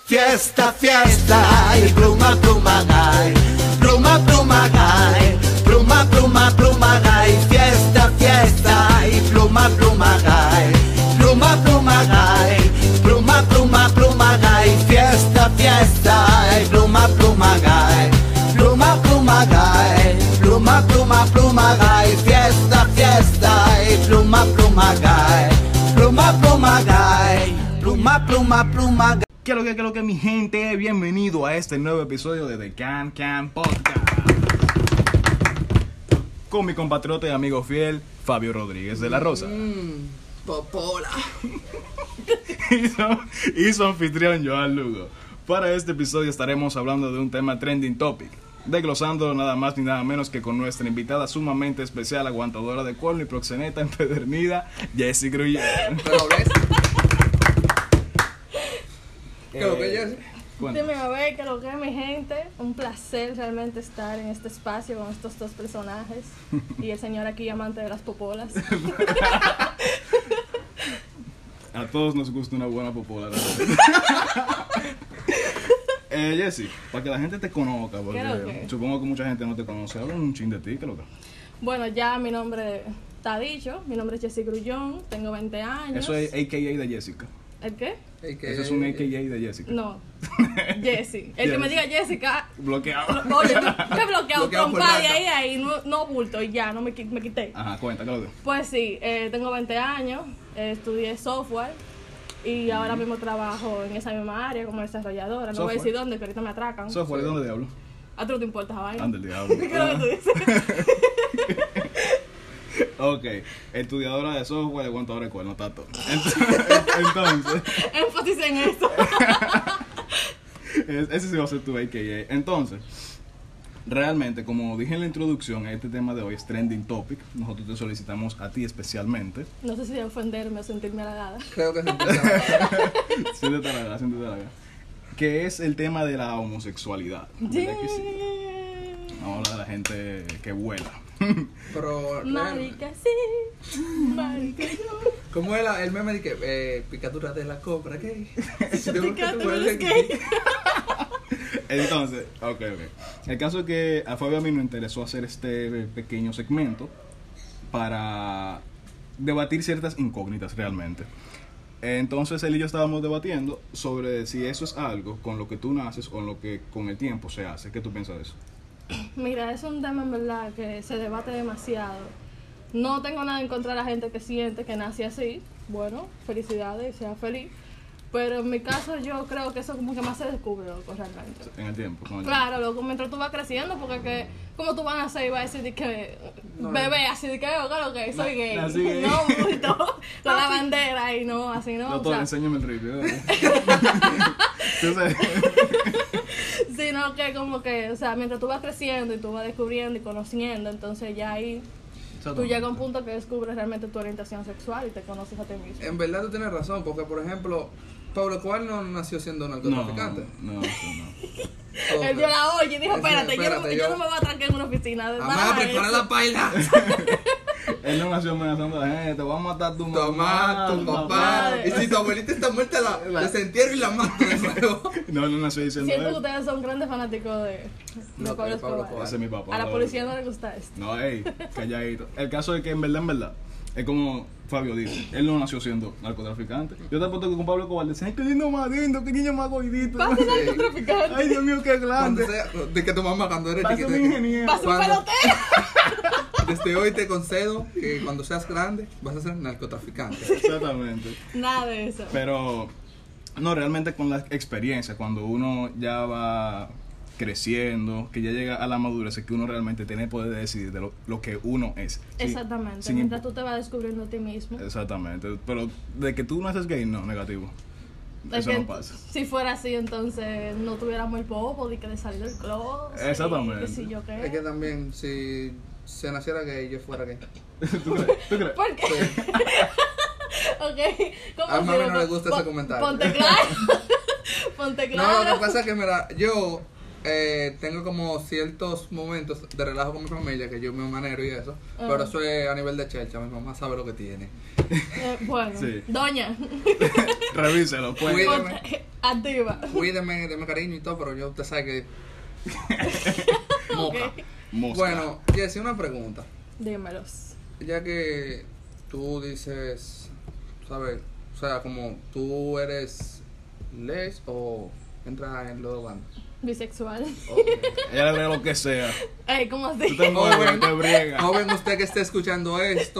Fiesta, fiesta y pluma, pluma, gay. Pluma, pluma, gay. Pluma, pluma, pluma, gay. Fiesta, fiesta y pluma, pluma, gay. Pluma, pluma, gay. Pluma, pluma, pluma, gay. Fiesta, fiesta y pluma, pluma, gay. Pluma, pluma, gay. Pluma, pluma, pluma, gay. Fiesta, fiesta y pluma, pluma, gay. Pluma, pluma, gay. Pluma, pluma, pluma, gay. ¿Qué es lo que mi gente? Bienvenido a este nuevo episodio de The Can Podcast con mi compatriota y amigo fiel Fabio Rodríguez de la Rosa Popola y su anfitrión Joan Lugo. Para este episodio estaremos hablando de un tema trending topic, desglosando nada más ni nada menos que con nuestra invitada sumamente especial, aguantadora de cuerno y proxeneta empedernida, Jessie Grullón. Pero ves ¿qué es lo que Jessie? Dime a ver qué lo que es, mi gente. Un placer realmente estar en este espacio con estos dos personajes y el señor aquí amante de las popolas. A todos nos gusta una buena popola. Jessie, para que la gente te conozca, porque supongo que mucha gente no te conoce, hablan un chin de ti, ¿qué es lo que? Bueno, ya mi nombre está dicho. Mi nombre es Jessie Grullón, tengo 20 años. Eso es AKA de Jessica. ¿El qué? Eso es un AKA de Jessica. No, Jessie. El que me diga Jessica, bloqueado. oye, ¿qué bloqueado? Bloqueado por Compadre, nada. ahí, no bulto y ya, no me quité. Ajá, cuéntalo. Pues sí, tengo 20 años, estudié software y ahora mismo trabajo en esa misma área como desarrolladora. No voy a decir dónde, que ahorita me atracan. ¿Software de dónde diablo? ¿A ti no te importa esa vaina? Anda el diablo. ¿Qué es lo que tú dices? Ok, estudiadora de software, aguantadora de cuerno, tato. Entonces, Énfasis en eso. ese sí va a ser tu AKA. Entonces, realmente, como dije en la introducción, este tema de hoy es trending topic. Nosotros te solicitamos a ti especialmente. No sé si ofenderme o sentirme halagada. Creo que se Siéntete halagada. Que es el tema de la homosexualidad. ¿Verdad que sí? Vamos a hablar de la gente que vuela. Pero Marica sí, marica no. ¿cómo es el meme de que picadura de la cobra gay? Picadura de los gay. Entonces, ok. El caso es que a Fabio a mí nos interesó hacer este pequeño segmento para debatir ciertas incógnitas realmente. Entonces él y yo estábamos debatiendo sobre si eso es algo con lo que tú naces o lo que con el tiempo se hace. ¿Qué tú piensas de eso? Mira, es un tema en verdad que se debate demasiado. No tengo nada en contra de la gente que siente que nace así. Bueno, felicidades, sea feliz. Pero en mi caso yo creo que eso como que más se descubre, loco, realmente. En el tiempo. Con el Claro, loco, mientras tú vas creciendo, porque que, como tú vas a nacer y vas a decir de que bebé, así de que claro que soy gay. Nací gay. No, bulto, con la bandera y no, así no. Doctor, O sea, enséñame el ripio. Entonces, sino que como que, o sea, mientras tú vas creciendo y tú vas descubriendo y conociendo, entonces ya ahí tú llegas a un punto que descubres realmente tu orientación sexual y te conoces a ti mismo. En verdad tú tienes razón, porque por ejemplo Pablo Escobar no nació siendo narcotraficante. No. Él dio la olla y dijo, espérate, yo no yo- me voy a trancar en una oficina. Amá, nada de prepara eso. la paila. Él no nació amenazando a la gente, te voy a matar tu Tomá, tu papá. Y si tu abuelita está muerta, la desentierro y la mato de nuevo. No nació diciendo Siento que eso. ustedes son grandes fanáticos de No, Pablo de Pablo Escobar. Escobar. Ese es mi papá. A la policía no le gusta esto. No, calladito. El caso es que en verdad, es como Fabio dice, él no nació siendo narcotraficante. Yo te apuesto que con Pablo Escobar decía, ay, qué lindo más lindo, qué niño más gordito. Pasa narcotraficante. Ay, Dios mío, qué Cuando grande. sea, de que tu mamá cuando eres Pasa chiquita. un ingeniero. Pasa un Cuando- pelotero. Desde hoy te concedo que cuando seas grande vas a ser narcotraficante. Exactamente. Nada de eso. Pero, no, realmente con la experiencia, cuando uno ya va creciendo, que ya llega a la madurez, es que uno realmente tiene poder de decidir de lo que uno es. Sí, Exactamente. sin Mientras tú te vas descubriendo a ti mismo. Exactamente. Pero de que tú naces gay, no, negativo. Es Eso que no pasa. Si fuera así, entonces no tuviéramos el popo de que de salir del closet. Exactamente. y qué sé yo qué. Es que también si se naciera gay, yo fuera gay. ¿Tú crees? ¿Por qué? Sí. Ok. ¿Cómo A mami así? no le gusta ese comentario. Ponte claro. Ponte No, claro. lo que pasa es que, mira, yo tengo como ciertos momentos de relajo con mi familia, que yo me manero y eso, pero eso es a nivel de chelcha, mi mamá sabe lo que tiene. Bueno, Sí. doña. Revíselo, pues. Cuídame. Activa. Cuídeme, deme cariño y todo, pero yo, usted sabe que... Moca. Ok. Mosca. Bueno, Jessy, una pregunta. Dímelos. Ya que tú dices, ¿sabes? O sea, como tú eres les o entras en los dos bandos. Bisexual. Ella le agrega lo que sea. Ey, ¿cómo así? Tú te mueves, te briega. Joven, usted que esté escuchando esto,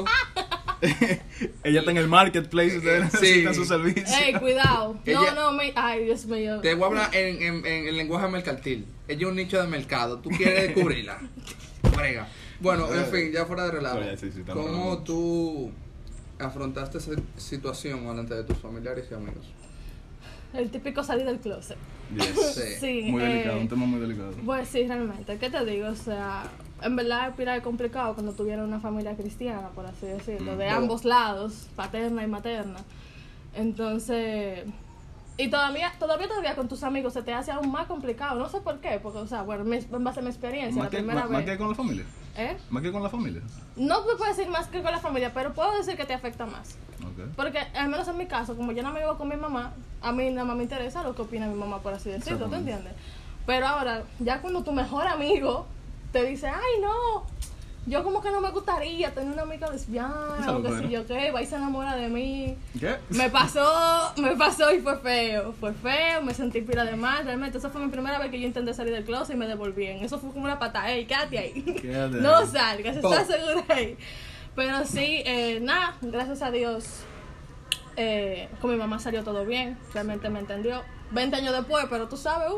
Ella está en el marketplace, ustedes necesitan su servicio. Ey, cuidado. Ella- Ay, Dios mío. te voy a hablar en el lenguaje mercantil. Ella es un nicho de mercado, tú quieres descubrirla. Brega. Bueno, en fin, ya fuera de relajo. Pero ya, sí, estamos ¿Cómo hablando. tú afrontaste esa situación delante de tus familiares y amigos? El típico salir del closet. Yes. Sí. Muy delicado, un tema muy delicado. Pues sí, realmente. ¿Qué te digo? O sea, en verdad es pila de complicado cuando tuviera una familia cristiana, por así decirlo, de ambos lados, paterna y materna. Entonces, y todavía con tus amigos se te hace aún más complicado. No sé por qué, porque, o sea, bueno, en base a mi experiencia, la primera Más vez. que con la familia. ¿Eh? Más que con la familia. No te puedo decir más que con la familia, pero puedo decir que te afecta más. Ok. Porque, al menos en mi caso, como yo no me vivo con mi mamá, a mí nada más me interesa lo que opina mi mamá, por así decirlo, ¿te Exactamente. entiendes? Pero ahora, ya cuando tu mejor amigo te dice, ay, no, yo como que no me gustaría tener una amiga lesbiana, Esa o que locura. si yo qué, va y se enamora de mí. ¿Qué? Me pasó y fue feo, me sentí pila de mal, realmente, esa fue mi primera vez que yo intenté salir del closet y me devolvían, eso fue como una patada, ey, quédate ahí, Quédate no ahí. salgas, Po. estás segura ahí. Pero sí, nada, gracias a Dios, con mi mamá salió todo bien, realmente me entendió. 20 años después, pero tú sabes,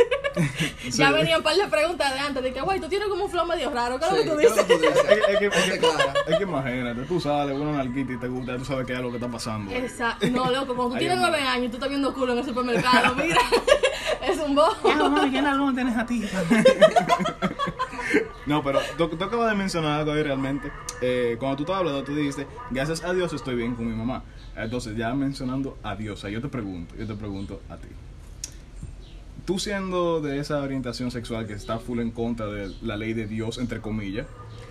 ya Sí. venían un par de preguntas de antes, de que, güey, tú tienes como un flow medio raro, ¿qué es lo Sí, que tú ¿qué es lo dices? que tú dices? Es Clara. que imagínate, tú sales, una nalguita y te gusta, tú sabes que es lo que está pasando. Exacto, no, loco, cuando tú Ay, tienes Dios 9 años y tú estás viendo culo en el supermercado, mira, es un bobo. ¿qué nalgón tienes a ti? No, pero tú acabas de mencionar algo ahí realmente. Cuando tú estabas hablando, tú dijiste, gracias a Dios estoy bien con mi mamá. Entonces, ya mencionando a Dios, o sea, yo te pregunto a ti. Tú siendo de esa orientación sexual que está full en contra de la ley de Dios, entre comillas,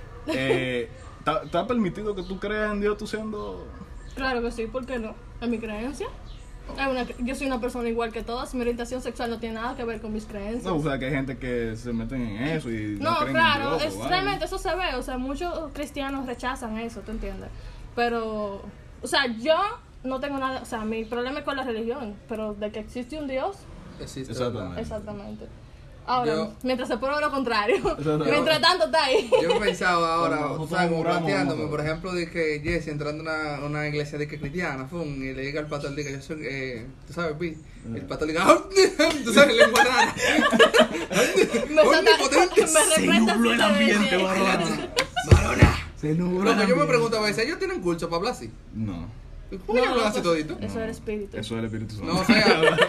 ¿te ha permitido que tú creas en Dios tú siendo...? Claro que sí, ¿por qué no? Es mi creencia. Yo soy una persona igual que todas, mi orientación sexual no tiene nada que ver con mis creencias. No, o sea, que hay gente que se meten en eso y no, No, creen claro, en Dios. o algo. realmente eso se ve, o sea, muchos cristianos rechazan eso, ¿te entiendes? Pero, o sea, yo no tengo nada, o sea, mi problema es con la religión, pero de que existe un Dios, Existe, Exactamente. ¿verdad? exactamente. Ahora, Yo- mientras se prueba lo contrario, Exactamente. mientras tanto está ahí. Yo pensaba ahora, Cuando o sea, como muramos, planteándome, vamos a por ver. ejemplo, de que Jesse entrando a una iglesia de que cristiana, y le diga al pastor, diga, yo soy, tú sabes, Pi, el pastor diga, tú sabes, le encuadran. Omnipotente. me representa el así de- ambiente, de- varona. Varona. Se nubló Lo que el yo me ambiente. pregunto a veces, ¿ellos tienen curso para hablar así? No, ¿Cómo ellos hablan así pues, todito? Eso era espíritu. eso es el Espíritu Santo. No, o sea,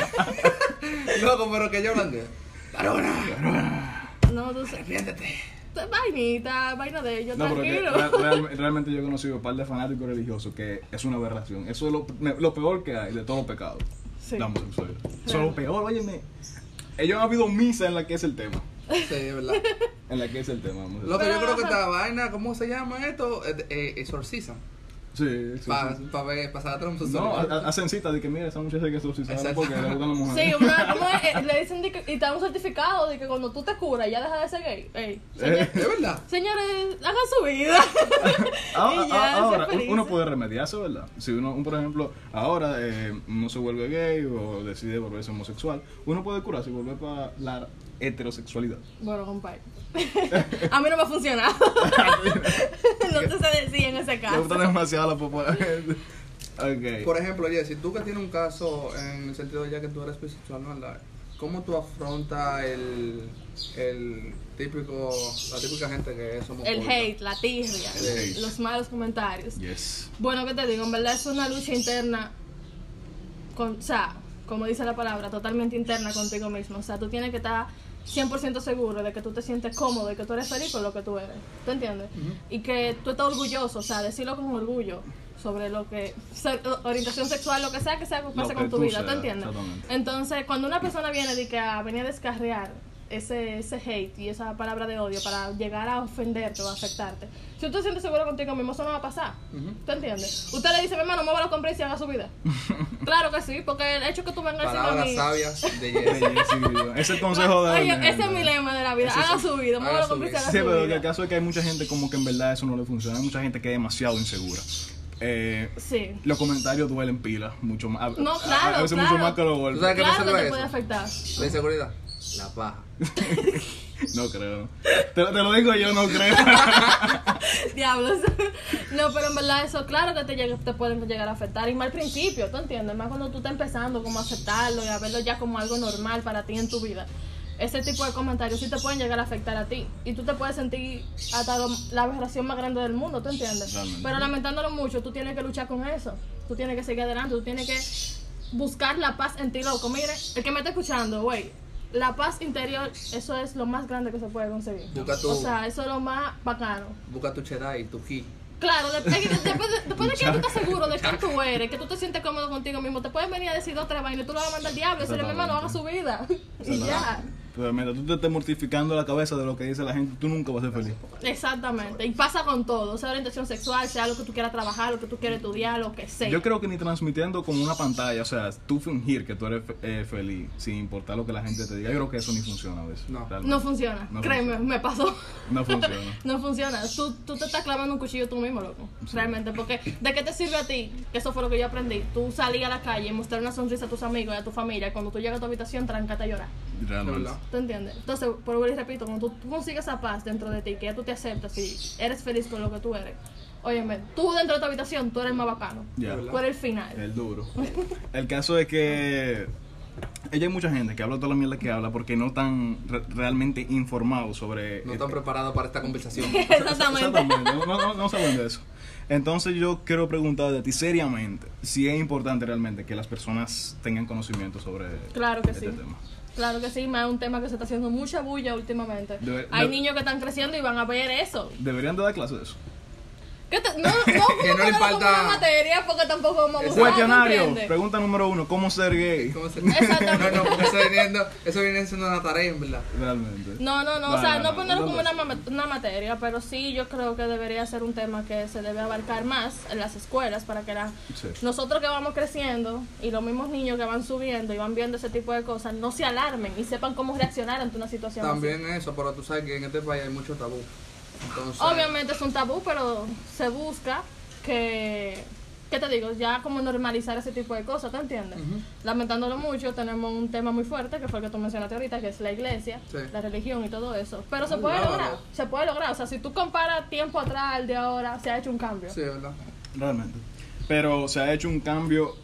loco, pero que ellos hablan de, varona, No, tú sé, arrepiéntete. vaina de ellos, No, pero que tranquilo. realmente yo he conocido un par de fanáticos religiosos que es una aberración. Eso es lo peor que hay de todos los pecados. Sí. La homosexualidad. Eso es lo peor, óyeme. Ellos han habido misa en la que es el tema. Sí, es verdad. En la que es el tema. homosexual. Loco, yo Pero, creo que ajá. esta vaina, ¿cómo se llama esto? Exorcizan. Sí, sí. Para sí. ver, pasar a No, homosexualidad. hacen cita de que mira, esa muchacha hay que exorcizarla Exacto. porque le gustan las mujeres. Sí, ¿cómo es? Le dicen y te dan un certificado de que cuando tú te curas ya dejas de ser gay. Ey, Es verdad. señores, hagan su vida. Ahora, Y ya, ahora, sean felices. uno puede remediarse, ¿verdad? Si uno, por ejemplo, ahora no se vuelve gay o decide volverse homosexual, uno puede curarse y volver para la heterosexualidad. Bueno, compadre. A mí no me ha funcionado. No te sé decir en ese Le caso. gusta demasiado la popularidad. Ok. Por ejemplo, Jessy, tú que tienes un caso en el sentido ya que tú eres bisexual, ¿verdad? ¿Cómo tú afrontas el típico, la típica gente que es homofóbica? El hate, la tirria, El hate. los malos comentarios. Yes. Bueno, ¿qué te digo? En verdad es una lucha interna, o sea, como dice la palabra, totalmente interna contigo mismo. O sea, tú tienes que estar 100% seguro de que tú te sientes cómodo y que tú eres feliz con lo que tú eres. ¿Tú entiendes? Y que tú estás orgulloso, o sea, decirlo con orgullo sobre lo que, orientación sexual, lo que sea que pase que con tu tú vida, ¿tú seas, entiendes? exactamente. Entonces, cuando una persona viene a venir a descarriar ese hate y esa palabra de odio para llegar a ofenderte o a afectarte. Si usted se siente seguro contigo mismo, eso no va a pasar. ¿Tú entiendes? Usted le dice, mi hermano, mueva la compra y se haga su vida. Claro que sí, porque el hecho que tú vengas a decirme a Palabras mí... sabias de Sí, Jess. sí, ese es el consejo de Oye, gente. ese es mi lema de la vida. Haga su vida, mueva la compra y se haga Sí, su pero vida. el caso es que hay mucha gente como que en verdad eso no le funciona. Hay mucha gente que es demasiado insegura. Sí. Los comentarios duelen pila, mucho más. No, claro, A veces claro. mucho más que los ¿Tú golpes. sabes qué Claro que resuelve te eso? puede afectar. La inseguridad. La paja. No creo. Te lo digo yo, no creo. Diablos. No, pero en verdad eso, claro que te pueden llegar a afectar. Y más al principio, ¿tú entiendes? Más cuando tú estás empezando como a aceptarlo y a verlo ya como algo normal para ti en tu vida. Ese tipo de comentarios sí te pueden llegar a afectar a ti. Y tú te puedes sentir hasta la aberración más grande del mundo, ¿tú entiendes? Realmente. Pero lamentándolo mucho, tú tienes que luchar con eso. Tú tienes que seguir adelante, tú tienes que buscar la paz en ti, loco. Mire, el que me está escuchando, güey, la paz interior, eso es lo más grande que se puede conseguir. Busca tu- O sea, eso es lo más bacano. Busca tu cheddar y tu ki. Claro, después de que tú estás seguro de quién tú eres, que tú te sientes cómodo contigo mismo, te pueden venir a decir 2 o 3 vainas y tú lo vas a mandar al diablo, decirle, mi hermano, haga su vida. Y ya. Pero mientras tú te estés mortificando la cabeza de lo que dice la gente, tú nunca vas a ser feliz. Exactamente. Y pasa con todo, sea orientación sexual, sea lo que tú quieras trabajar, lo que tú quieres estudiar, lo que sea. Yo creo que ni transmitiendo como una pantalla, o sea, tú fingir que tú eres feliz sin importar lo que la gente te diga, yo creo que eso ni funciona a veces. No. realmente. No funciona, No créeme, funciona. me pasó. No funciona. No funciona. Tú te estás clavando un cuchillo tú mismo, loco. Realmente. Porque ¿de qué te sirve a ti? Que eso fue lo que yo aprendí. Tú salir a la calle y mostrar una sonrisa a tus amigos y a tu familia. Cuando tú llegas a tu habitación, trancate a llorar. Realmente. ¿Verdad? ¿Tú entiendes? Entonces, por vuelvo y repito, cuando tú consigues esa paz dentro de ti, que ya tú te aceptas y eres feliz con lo que tú eres. Óyeme, tú dentro de tu habitación, tú eres el más bacano. Ya. Tú eres el final. El duro. El caso es que hay mucha gente que habla toda la mierda que habla porque no están realmente informados sobre... No están preparados para esta conversación. Exactamente. Exactamente, no saben de eso. Entonces yo quiero preguntarte a ti seriamente si es importante realmente que las personas tengan conocimiento sobre Claro que este sí. tema. Claro que sí, más es un tema que se está haciendo mucha bulla últimamente. de- Hay niños que están creciendo y van a ver eso. Deberían de dar clases de eso. ¿Qué te- no como no le como falta- una materia porque tampoco vamos a buscar, Cuestionario, ¿entiendes? pregunta número 1, ¿cómo ser gay? ¿Cómo se- Exactamente. No, porque eso viene siendo una tarea, en verdad. Realmente. No, o sea, no ponerlo no, como no. una materia, pero sí yo creo que debería ser un tema que se debe abarcar más en las escuelas para que Sí. nosotros que vamos creciendo y los mismos niños que van subiendo y van viendo ese tipo de cosas no se alarmen y sepan cómo reaccionar ante una situación También eso, pero tú sabes que en este país hay mucho tabú. Entonces, así. Obviamente es un tabú, pero se busca que... ¿Qué te digo? Ya como normalizar ese tipo de cosas, ¿te entiendes? Lamentándolo mucho, tenemos un tema muy fuerte, que fue el que tú mencionaste ahorita, que es la iglesia, Sí. la religión y todo eso. Pero se Muy puede bravo. lograr, se puede lograr. O sea, si tú comparas tiempo atrás al de ahora, se ha hecho un cambio. Sí, ¿verdad? Realmente. Pero se ha hecho un cambio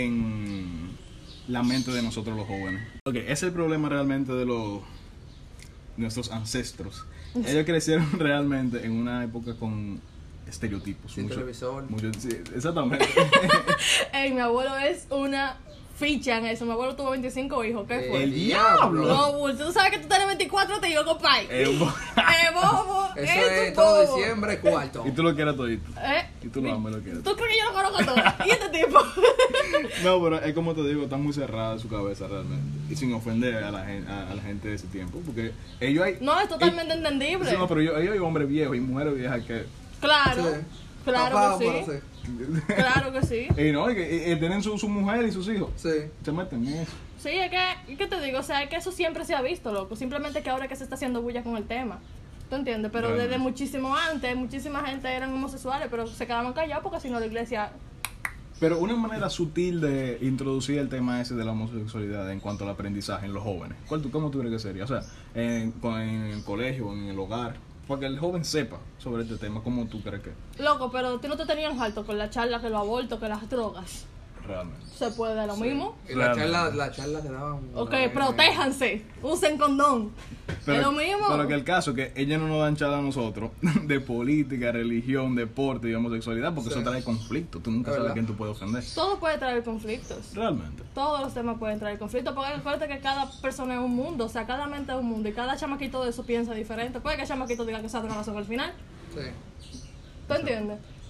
en la mente de nosotros los jóvenes. Ok, ese es el problema realmente de nuestros ancestros. Ellos crecieron realmente en una época con estereotipos. Sin televisor. Sí, exactamente. Ey, mi abuelo es una ficha en eso. Mi abuelo tuvo 25 hijos, ¿qué fue? El diablo. No, bulto. Tú sabes que tú tienes 24, te digo, compadre. Bobo, Eso es es un todo bobo. diciembre, cuarto. Y tú lo quieres todito. ¿Eh? Y tú lo amas y lo quieres. ¿Tú crees que yo lo conozco todo? ¿Y este tipo? No, pero es como te digo, está muy cerrada su cabeza realmente. Y sin ofender a la gente de ese tiempo. Porque ellos hay... No, es totalmente entendible. Sí, no, pero ellos hay hombres viejos y mujeres viejas que... Claro, Sí. claro Tapado, que pero sí. sí. Claro que sí. Y no, y que tienen su mujer y sus hijos. Sí. Se meten en eso. Sí, es que, ¿qué te digo? O sea, es que eso siempre se ha visto, loco. Simplemente que ahora que se está haciendo bulla con el tema. ¿Tú entiendes? Pero Realmente. desde muchísimo antes, muchísima gente eran homosexuales, pero se quedaban callados porque si no la iglesia... Pero una manera sutil de introducir el tema ese de la homosexualidad en cuanto al aprendizaje en los jóvenes. ¿Cómo tú crees que sería? O sea, en el colegio, en el hogar. Para que el joven sepa sobre este tema, ¿cómo tú crees que Loco, pero tú no te tenían alto con la charla que los abortos, que las drogas. realmente? Se puede dar lo mismo. Y la Realmente. charla te daban. Ok, protéjanse, usen condón. Es lo mismo. Pero que el caso es que ellos no nos dan charla a nosotros de política, religión, deporte y homosexualidad, porque Sí. eso trae conflicto. Tú nunca Es sabes verdad. a quién tú puedes ofender. Todo puede traer conflictos. Realmente. Todos los temas pueden traer conflictos, porque acuérdate que cada persona es un mundo, o sea, cada mente es un mundo y cada chamaquito de eso piensa diferente. Puede que el chamaquito diga que esa droga son al final, Sí. ¿tú entiendes?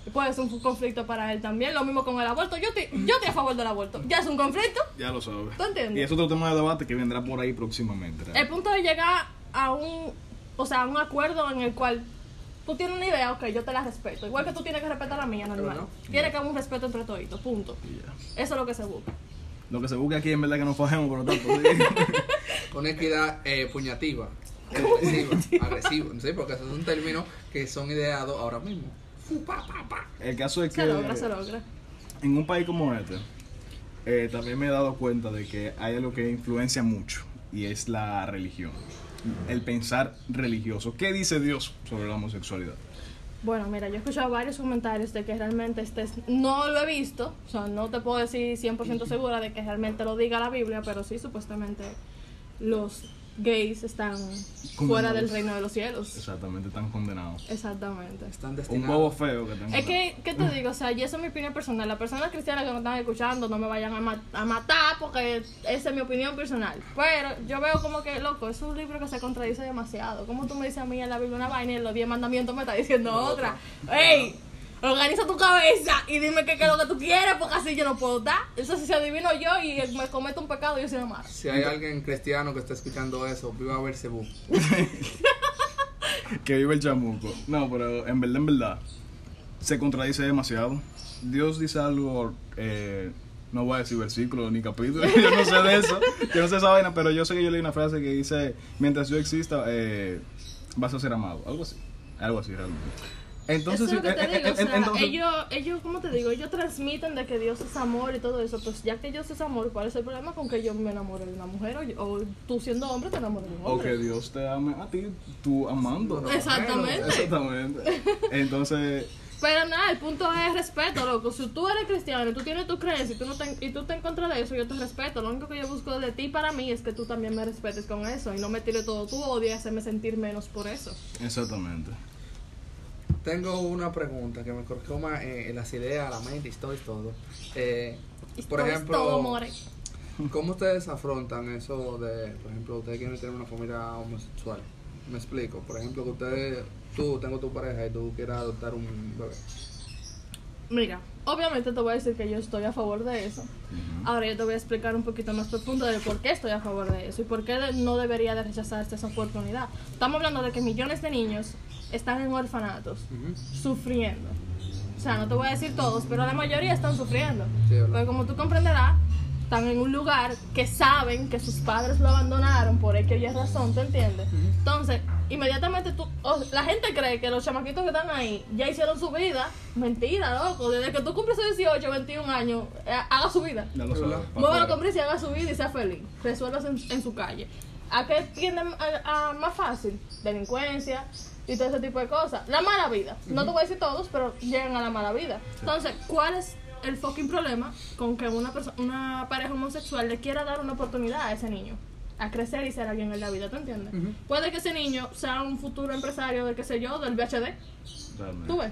puede ser un conflicto para él también. Lo mismo con el aborto. Yo estoy a favor del aborto. Ya es un conflicto. Ya lo sabes. ¿Tú entiendes? Y es otro tema de debate que vendrá por ahí próximamente. El punto de llegar a un acuerdo en el cual tú tienes una idea, ok, yo te la respeto. Igual que tú tienes que respetar la mía, normal. no. Tiene que haber un respeto entre toditos, punto. Y ya. Eso es lo que se busca. Lo que se busca aquí en verdad que nos fajemos, por lo tanto. Sí. Con equidad puñativa, agresiva, sí, porque esos son términos que son ideados ahora mismo. El caso es que Se logra. en un país como este, también me he dado cuenta de que hay algo que influencia mucho y es la religión. El pensar religioso. ¿Qué dice Dios sobre la homosexualidad? Bueno, mira, yo he escuchado varios comentarios de que realmente no lo he visto, o sea, no te puedo decir 100% segura de que realmente lo diga la Biblia, pero sí, supuestamente los gays están fuera del reino de los cielos. Exactamente, están condenados. Exactamente. Están Un destinados. bobo feo que tengo. Es que, ¿qué te digo? O sea, y eso es mi opinión personal. Las personas cristianas que me están escuchando no me vayan a matar porque esa es mi opinión personal. Pero yo veo como que, loco, es un libro que se contradice demasiado. Como tú me dices a mí en la Biblia una vaina y en los 10 mandamientos me está diciendo otra. ¡Ey! Organiza tu cabeza y dime qué es lo que tú quieres porque así yo no puedo dar. Eso si se adivino yo y me cometo un pecado yo soy de malo. Si hay alguien cristiano que está escuchando eso, viva a Bersebú. Que vive el chamuco. No, pero en verdad, se contradice demasiado. Dios dice algo, no voy a decir versículo ni capítulo, yo no sé de eso, yo no sé esa vaina, pero yo sé que yo leí una frase que dice, mientras yo exista, vas a ser amado, algo así realmente. Entonces, Eso es lo que te digo, o sea, entonces- ellos, ¿cómo te digo? Ellos transmiten de que Dios es amor y todo eso, pues ya que Dios es amor, ¿cuál es el problema con que yo me enamore de una mujer o tú siendo hombre te enamores de un o que hombre? Dios te ame a ti, tú amando. No, Exactamente. Exactamente. Entonces, Pero nada, el punto es respeto, loco. Si tú eres cristiano y tú tienes tu creencia y tú te en contra de eso, yo te respeto. Lo único que yo busco de ti para mí es que tú también me respetes con eso y no me tires todo tu odio y hacerme sentir menos por eso. exactamente. Tengo una pregunta que me corcoma las ideas, la mente, historias, todo. Por Todo es ejemplo, todo, more. ¿cómo ustedes afrontan eso de, por ejemplo, ustedes quieren tener una familia homosexual? Me explico. Por ejemplo, que tengo tu pareja y tú quieras adoptar un bebé. Mira, obviamente te voy a decir que yo estoy a favor de eso. Ahora yo te voy a explicar un poquito más profundo de por qué estoy a favor de eso y por qué no debería de rechazarse esa oportunidad. Estamos hablando de que millones de niños están en orfanatos sufriendo. O sea, no te voy a decir todos, pero la mayoría están sufriendo. Sí, ¿verdad? Pero como tú comprenderás, están en un lugar que saben que sus padres lo abandonaron por X o Y razón, ¿te entiendes? Entonces, inmediatamente la gente cree que los chamaquitos que están ahí ya hicieron su vida. Mentira, loco. Desde que tú cumples 18, 21 años, haga su vida. Ya lo sabes. Muévalo con prisa y haga su vida y sea feliz. Resuélvase en su calle. ¿A qué tienden a más fácil? Delincuencia y todo ese tipo de cosas. La mala vida. No te voy a decir todos, pero llegan a la mala vida. Entonces, ¿cuál es el fucking problema con que una pareja homosexual le quiera dar una oportunidad a ese niño a crecer y ser alguien en la vida? ¿Te entiendes? Puede que ese niño sea un futuro empresario de, qué sé yo, del VHD. Realmente. ¿Tú ves?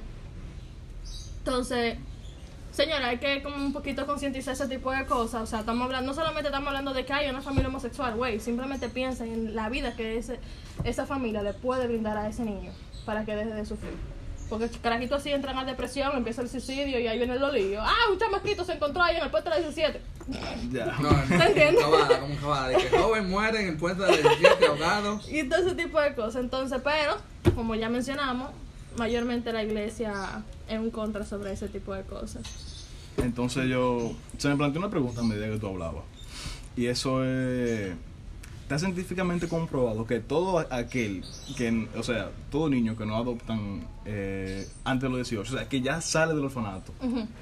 Entonces, señora, hay que como un poquito concientizar ese tipo de cosas. O sea, no solamente estamos hablando de que hay una familia homosexual, güey. Simplemente piensa en la vida que esa familia le puede brindar a ese niño para que deje de sufrir. Porque carajitos así entran a depresión, empieza el suicidio y ahí viene el lío. Un chamaquito se encontró ahí en el puente de la 17. Ya. No, ¿Te entiendes? como cabada, de que joven muere en el puente de 17 ahogado. Y todo ese tipo de cosas. Entonces, pero, como ya mencionamos, mayormente la iglesia es un contra sobre ese tipo de cosas. Entonces se me planteó una pregunta a medida que tú hablabas. Y eso es, está científicamente comprobado que todo aquel, o sea, todo niño que no adoptan antes de los 18, o sea, que ya sale del orfanato,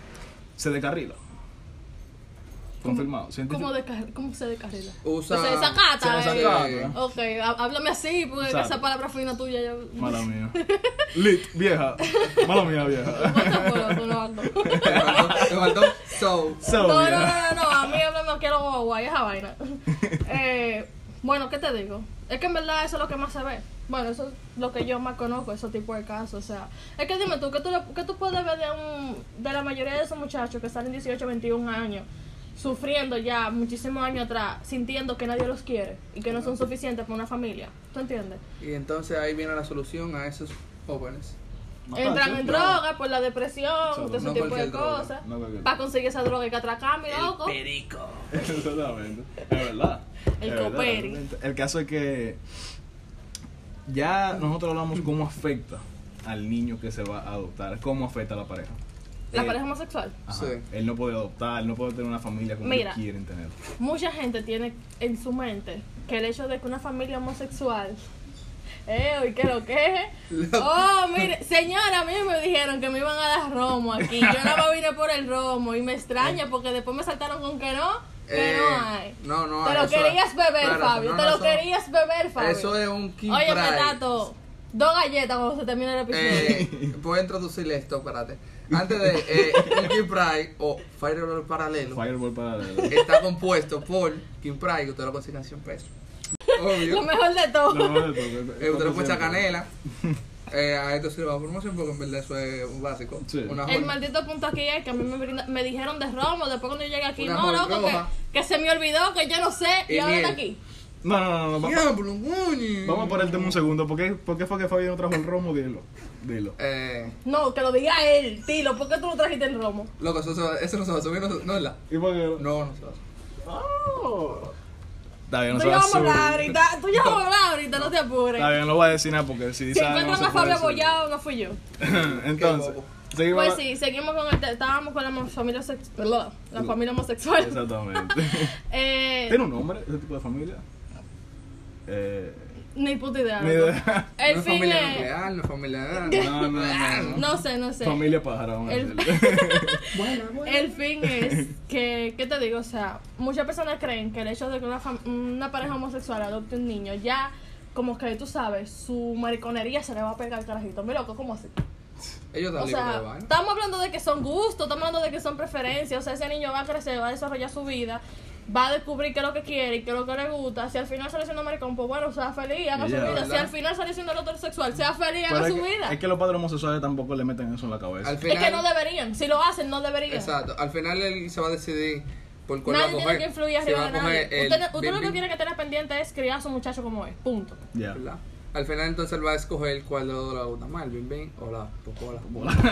se descarrila. Confirmado. ¿Cómo se descarrila? Usa- Se desacata. Se desacata. Ok, háblame así, porque Exacto. esa palabra fina tuya ya... Mala mía. Lit, vieja. Mala mía, vieja. Te faltó so. So, No, vieja. a mí háblame aquí a lo guay, esa vaina. Bueno, ¿qué te digo? Es que en verdad eso es lo que más se ve. Bueno, eso es lo que yo más conozco, esos tipos de casos. O sea, es que dime tú, ¿qué tú puedes ver de la mayoría de esos muchachos que salen 18, 21 años, sufriendo ya muchísimos años atrás, sintiendo que nadie los quiere y que no son suficientes para una familia? ¿Tú entiendes? Y entonces ahí viene la solución a esos jóvenes. Entran en droga por la depresión, todo ese no tipo de cualquier droga, cosas. no cualquier Para conseguir esa droga hay que atracar, mi loco. Perico. Exactamente. Es verdad. El Es verdad, coperi. realmente. El caso es que ya nosotros hablamos cómo afecta al niño que se va a adoptar, cómo afecta a la pareja. La pareja homosexual. Ajá. Sí. Él no puede adoptar, él no puede tener una familia como Mira. quieren tener. Mucha gente tiene en su mente que el hecho de que una familia homosexual. ¿Y qué lo que es? Oh, mire, señora, a mí me dijeron que me iban a dar romo aquí. Yo nada más vine por el romo y me extraña porque después me saltaron con que no hay. No, Te lo eso- querías beber, espérate, Fabio. no, Te no, lo eso- querías beber, Fabio. Eso es un King Oye, Pride. Tato, 2 galletas cuando se termine el episodio. Voy a introducirle esto, espérate. Antes de un King Pride o Fireball Paralelo Fireball para está compuesto por King Pride, que usted lo consigue en 100 pesos. Lo Obvio. mejor de todo. Usted le puede echar canela. A esto sirve la promoción porque en verdad eso es un básico. Sí. Una El joya. maldito punto aquí es que a mí me dijeron de romo. Después cuando yo llegué aquí, Una no, Joy loco, roja. que se me olvidó, que yo no sé. Y Y ahora está miel. aquí. No. Diablo, coño. Vamos a ponerte un segundo. ¿Por qué fue que Fabián no trajo el romo? Dilo. No, que lo diga él, Tilo. ¿Por qué tú no trajiste el romo? Loco, eso no se va a subir, no es la. ¿Y por qué? No se va a subir. Oh. Está bien, no Tú se ya va a vamos a hablar subir. ahorita. Tú ya vamos a hablar ahorita, no te apures. Está bien, no voy a decir nada porque si Si dice algo, encuentran no a se puede Fabio decir. abollado, no fui yo. Entonces, bobo. seguimos. Pues sí, seguimos con el estábamos con la familia la familia homosexual. Exactamente. Eh, ¿Tiene un nombre ese tipo de familia? ni puta idea. Ni loco. idea. El No es fin familia es. nuclear, no es familia. No. No sé. Familia pájara, vamos a El- decirle. El fin es que, ¿qué te digo? O sea, muchas personas creen que el hecho de que una pareja homosexual adopte un niño, ya como que tú sabes, su mariconería se le va a pegar al carajito. Mi loco, ¿cómo así? Ellos están O libres de sea, vaina. estamos hablando de que son gustos, estamos hablando de que son preferencias. O sea, ese niño va a crecer, va a desarrollar su vida, va a descubrir qué es lo que quiere y qué es lo que le gusta. Si al final sale siendo maricón, pues bueno, sea feliz, haga Ya, su vida. ¿verdad? Si al final sale siendo el heterosexual, sea feliz, Pero haga es su que- vida. Es que los padres homosexuales tampoco le meten eso en la cabeza. Al Es final, que no deberían. Si lo hacen, no deberían. exacto. Al final él se va a decidir por cuál va a Nadie coger. tiene que influir Si va arriba a de coger nadie. el Usted lo que bim-bim, tiene que tener pendiente es criar a su muchacho como es. Punto. Ya. ¿verdad? Al final entonces él va a escoger cuál de los dos le gusta más, el bim bim o la popola.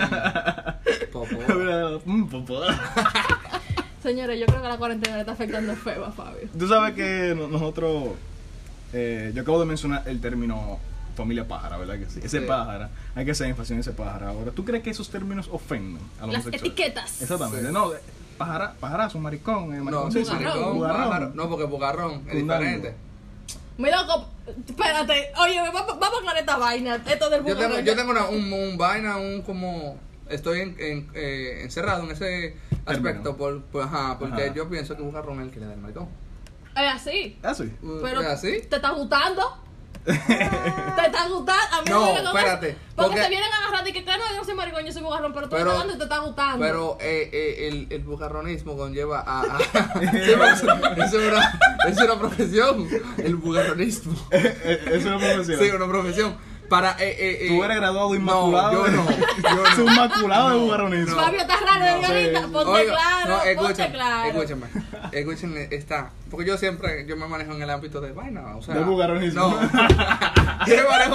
Popola. Popola. Señores, yo creo que la cuarentena le está afectando feo a Fabio. Tú sabes que nosotros, yo acabo de mencionar el término familia pájara, ¿verdad que sí? Ese Sí. pájara, hay que hacer énfasis en ese pájara. Ahora, ¿tú crees que esos términos ofenden a los Las homosexuales? etiquetas. Exactamente, Sí. no, pajarazo, maricón, No, maricón, sí, sí, bugarrón. bugarrón. bugarrón. No, porque bugarrón es Cundango. diferente. Mi loco, espérate. Oye, vamos a aclarar esta vaina. Esto del bugarrón. Yo tengo un vaina, un como. Estoy encerrado en ese aspecto porque Ajá. yo pienso que bugarrón es el que le da el maricón. Es así. Ah, sí. Pero ¿Es así? ¿te está gustando? ¿Te está gustando? A mí No, me viene con espérate, eso. Porque porque- se vienen a agarrar y que claro, yo no soy maricón, yo soy bugarrón, pero tú me Pero- estás dando y te está gustando. Pero el bugarronismo conlleva a sí, porque es una profesión, el bugarronismo. Es una profesión. Sí, una profesión. Para, Tú eres graduado inmaculado. No, yo no. Es un inmaculado de No, bugarronismo. no. Fabio, estás raro de No, ahorita. sí. Ponte Oiga, claro, no, ponte claro. escúchenme, está. Porque yo me manejo en el ámbito de vaina, o sea. De bugarronismo. No. yo me manejo.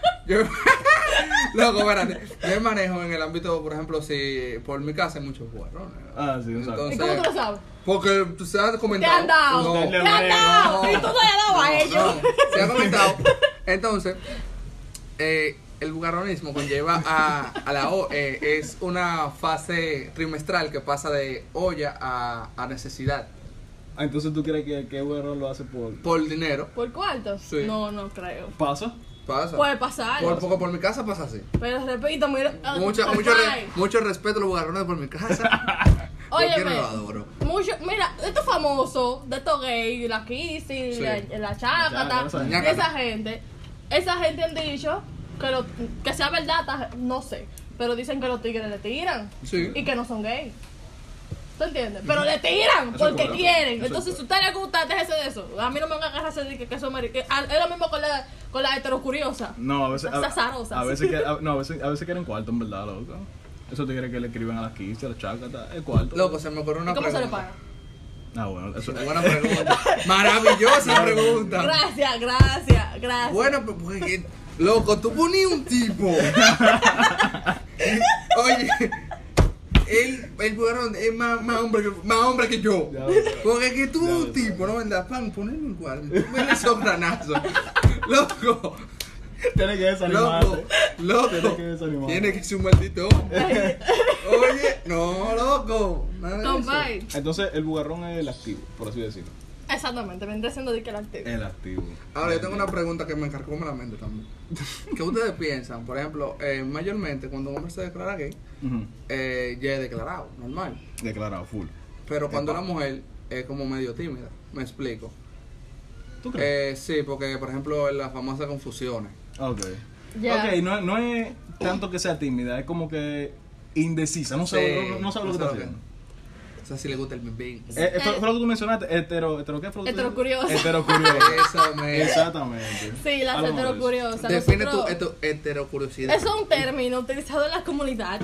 Loco, espérate. Yo me manejo en el ámbito, por ejemplo, si por mi casa hay muchos bugarrones. Ah, sí, exacto. ¿Y cómo tú lo sabes? Porque se ha ¿Te comentado. han dado? No, ¿Te han dado? no. ¿Y tú no le has dado a ellos? no, se ha comentado. Entonces, el bugarronismo conlleva a la es una fase trimestral que pasa de olla a necesidad Ah, entonces tú crees que bugarrón lo hace por dinero. ¿Por cuarto? Sí. No, no creo. ¿Pasa? Pasa. Puede pasar. Porque por mi casa pasa así. Pero repito, mira. Mucho respeto a los bugarrones por mi casa. Óyeme. Yo quiero lo adoro. Mucho, mira, estos famosos, de estos gays, la Kissy, Sí. la Chácata, Ñácata. esa gente han dicho que sea verdad, no sé, pero dicen que los tigres le tiran Sí. y que no son gays. ¿Tú entiendes? Pero le tiran Eso porque es bueno. quieren. Eso Entonces, es si a usted le gusta, déjese de eso. A mí no me van a agarrar ese de que son maricón. Es lo mismo con la heterocuriosa. No, a veces. Las azarosas. A veces, a veces quieren cuarto, en verdad, loco. Eso te quiere que le escriban a las 15, a la chácata, el cuarto. Loco, se me ocurrió una ¿Y cómo se le pregunta. paga? Ah, bueno, eso Buena pregunta. Maravillosa pregunta. Gracias. Bueno, pues porque, loco, tú ponías un tipo Oye, el bugarrón es más hombre que yo. Ya, Porque que tú, ya, un tipo, ¿no? Venga, pan, ponerme un cuadro. Me esos granazos. Loco. Tienes que desanimarte. Loco. Tienes que desanimarte. Tiene que ser un maldito hombre. Oye, no, loco. Nada de eso. Compay. Entonces, el bugarrón es el activo, por así decirlo. Exactamente, vendría siendo de que el activo. El activo. Ahora, yo tengo una pregunta que me carcome la mente también. ¿Qué ustedes piensan? Por ejemplo, mayormente cuando un hombre se declara gay, Ujú. ya es declarado, normal. Declarado, full. Pero cuando Epa. una mujer es como medio tímida, me explico. ¿Tú crees? Sí, porque por ejemplo en las famosas confusiones. Ok. Ya. Ok, no es tanto que sea tímida, es como que indecisa, no sabe, Sí, no sabe lo que está haciendo. O sea, si le gusta el bim Fue lo que tú mencionaste, ¿hetero qué fue lo que tú Heterocuriosa. dijiste? Heterocuriosa. Eso me... Exactamente. Sí, las Hablamos de eso. heterocuriosas. Define Nosotros- tu heterocuriosidad. Eso es un término utilizado en la comunidad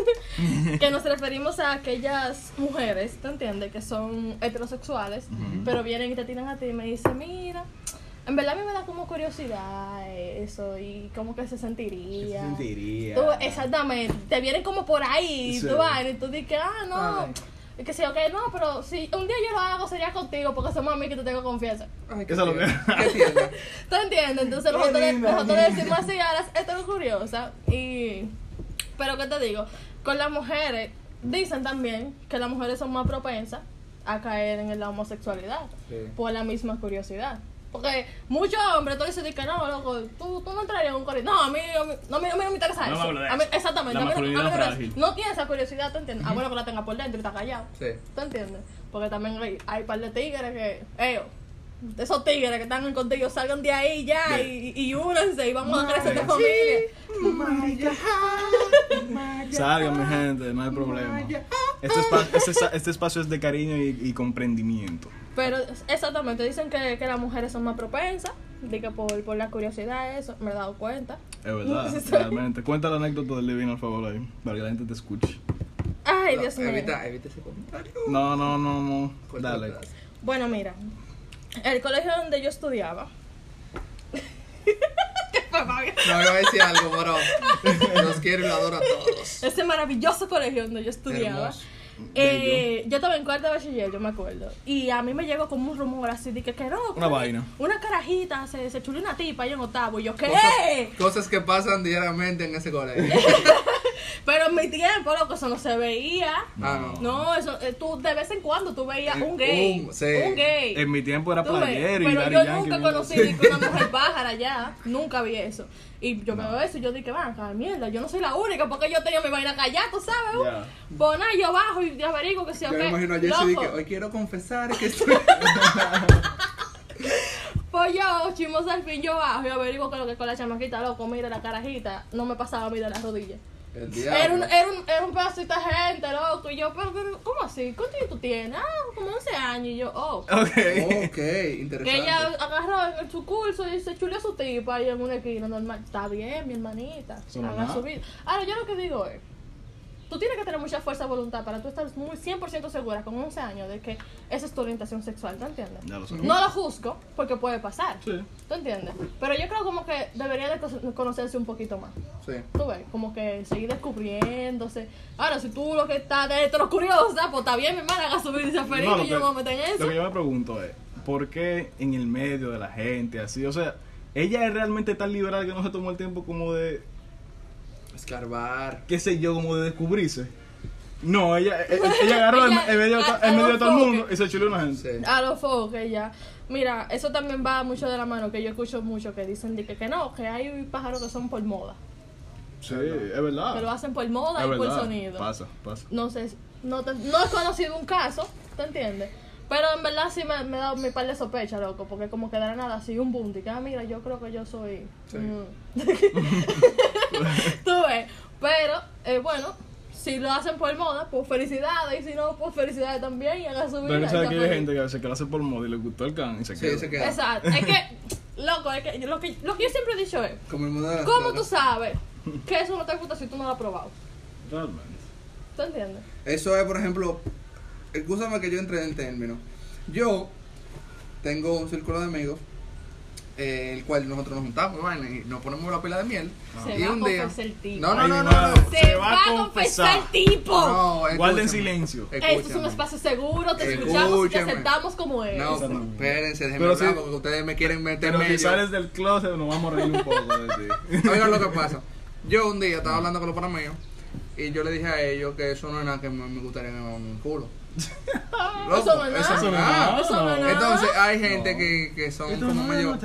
que nos referimos a aquellas mujeres, ¿te entiendes? Que son heterosexuales, Ujú. pero vienen y te tiran a ti y me dicen, mira, en verdad a mí me da como curiosidad eso y cómo que se sentiría. Tú, exactamente, te vienen como por ahí, Sí. tú vas y tú dices, no, Ay. y que sí, ok, no, pero si un día yo lo hago sería contigo porque somos amigos que te tengo confianza. Ay, Eso es lo que- ¿Qué tierna. ¿Tú entiendes? Entonces Qué nosotros, linda, nosotros niña. decimos así a las heterocuriosas y... Pero ¿qué te digo? Con las mujeres, dicen también que las mujeres son más propensas a caer en la homosexualidad Sí. por la misma curiosidad. Porque muchos hombres tú dices que no, loco, tú no entrarías en un corrido. No, a mí no me interesa No me eso. hablo de A mí- eso. exactamente. La a mí masculinidad no me frágil. interesa. No tiene esa curiosidad, ¿tú entiendes? Ah, bueno, que la tenga por dentro y está callado. Sí. ¿Tú entiendes? Porque también hay par de tigres que, esos tigres que están contigo salgan de ahí ya y únanse y vamos a crecer de familia. Salgan, mi gente, no hay problema. Este espacio es de cariño y comprendimiento. Pero exactamente, dicen que las mujeres son más propensas, de que por la curiosidad eso, me he dado cuenta. Es verdad, Sí. realmente. Cuenta la anécdota del Divino, al favor, ahí, para que la gente te escuche. Ay, No, Dios mío. evita ese comentario. No. Corta Dale. el pedazo. Bueno, mira, el colegio donde yo estudiaba. ¿Qué fue, Fabio? No, iba a decir algo, pero los quiero y los adoro a todos. Ese maravilloso colegio donde yo estudiaba. Hermoso. Yo estaba en cuarto de bachiller, yo me acuerdo. Y a mí me llegó como un rumor así de que no. Una vaina. Una carajita, se chuló una tipa ahí en octavo. Y yo, ¿qué? Cosas que pasan diariamente en ese colegio. Pero en mi tiempo, loco, eso no se veía. Ah, no. No, eso, tú de vez en cuando tú veías un gay. Sí. Un gay. En mi tiempo era Tú ves, playero y pero Daddy yo Yankee. nunca conocí ni que una mujer pájara ya. Nunca vi eso. Y yo veo eso y yo dije, van, mierda, yo no soy la única porque yo tenía mi vaina callada, tú sabes. Ya. Pues nada, yo bajo y averiguo que si Yo ok. me imagino a Jesse y Loco, que hoy quiero confesar que estoy... pues yo, chismosa al fin, yo bajo y averiguo que lo que con la chamaquita, loco, mira la carajita, no me pasaba a mí de las rodillas. El Era un, diablo. era un pedacito de gente, loco. Y yo, pero, ¿cómo así? ¿Cuánto tiempo tú tienes? Ah, como 11 años. Y yo, Ok. Ok, interesante. Que ella agarró en su curso y se chuleó a su tipa ahí en una esquina normal. Está bien, mi hermanita. Eso no Haga es su nada. vida. Ahora, yo lo que digo es, tú tienes que tener mucha fuerza de voluntad para tú estar muy 100% segura con 11 años de que esa es tu orientación sexual, ¿tú entiendes? Ya lo sé. No lo juzgo porque puede pasar, Sí. ¿tú entiendes? Pero yo creo como que debería de conocerse un poquito más. Sí. Tú ves, como que seguir descubriéndose. Ahora, si tú lo que estás de heteros curiosa, pues está bien, mi hermana, haga su vida y sea feliz, No, que yo no me voy a meter en eso. Lo que yo me pregunto es, ¿por qué en el medio de la gente así? O sea, ella es realmente tan liberal que no se tomó el tiempo como de, Escarbar. qué sé yo, como de descubrirse. No, ella agarró Ella- en medio de todo el enfoque. mundo y se chuleó una gente. Sí. A los foques ya. Mira, eso también va mucho de la mano, que yo escucho mucho que dicen de que no, que hay pájaros que son por moda. Sí, es verdad. Que lo hacen por moda Es y por verdad. sonido. Pasa. No sé, no he conocido un caso, ¿te entiendes? Pero en verdad sí me da mi par de sospecha, loco, porque como que de la nada así un boom, de que mira, yo creo que yo soy... Sí. Tú ves, pero bueno, si lo hacen por moda, pues felicidades, y si no, pues felicidades también, y hagan su vida. Pero y que sabes sea que hay feliz. gente que a veces que lo hace por moda y le gustó el can y se queda. Sí, se queda. Exacto, es que, loco, es que lo que yo siempre he dicho es, Como el mundo de las ¿cómo tú drogas. sabes que eso no te gusta si tú no lo has probado? Realmente. ¿Tú entiendes? Eso es, por ejemplo, escúchame que yo entre en términos. Yo tengo un círculo de amigos el cual nosotros nos juntamos, vaina, y nos ponemos la pila de miel. Se y va un a día. confesar el tipo. No, no, Ay, no, mi no, madre. no. Se va a confesar el tipo. No, Guarden escúchame. silencio. Esto es un Escúchame. espacio seguro, te escuchamos y te Escúchame. aceptamos como es. No, Eso no. espérense, déjenme Pero hablar sí- porque ustedes me quieren meter Pero si medio. sales del closet nos vamos a reír un poco de ti. Oigan lo que pasa. Yo un día estaba hablando con los panameños y yo le dije a ellos que eso no es nada que me gustaría que me hagan un culo. Loco, Eso no es nada. Eso no es nada. Eso no es nada. Entonces hay gente No. que son como medio.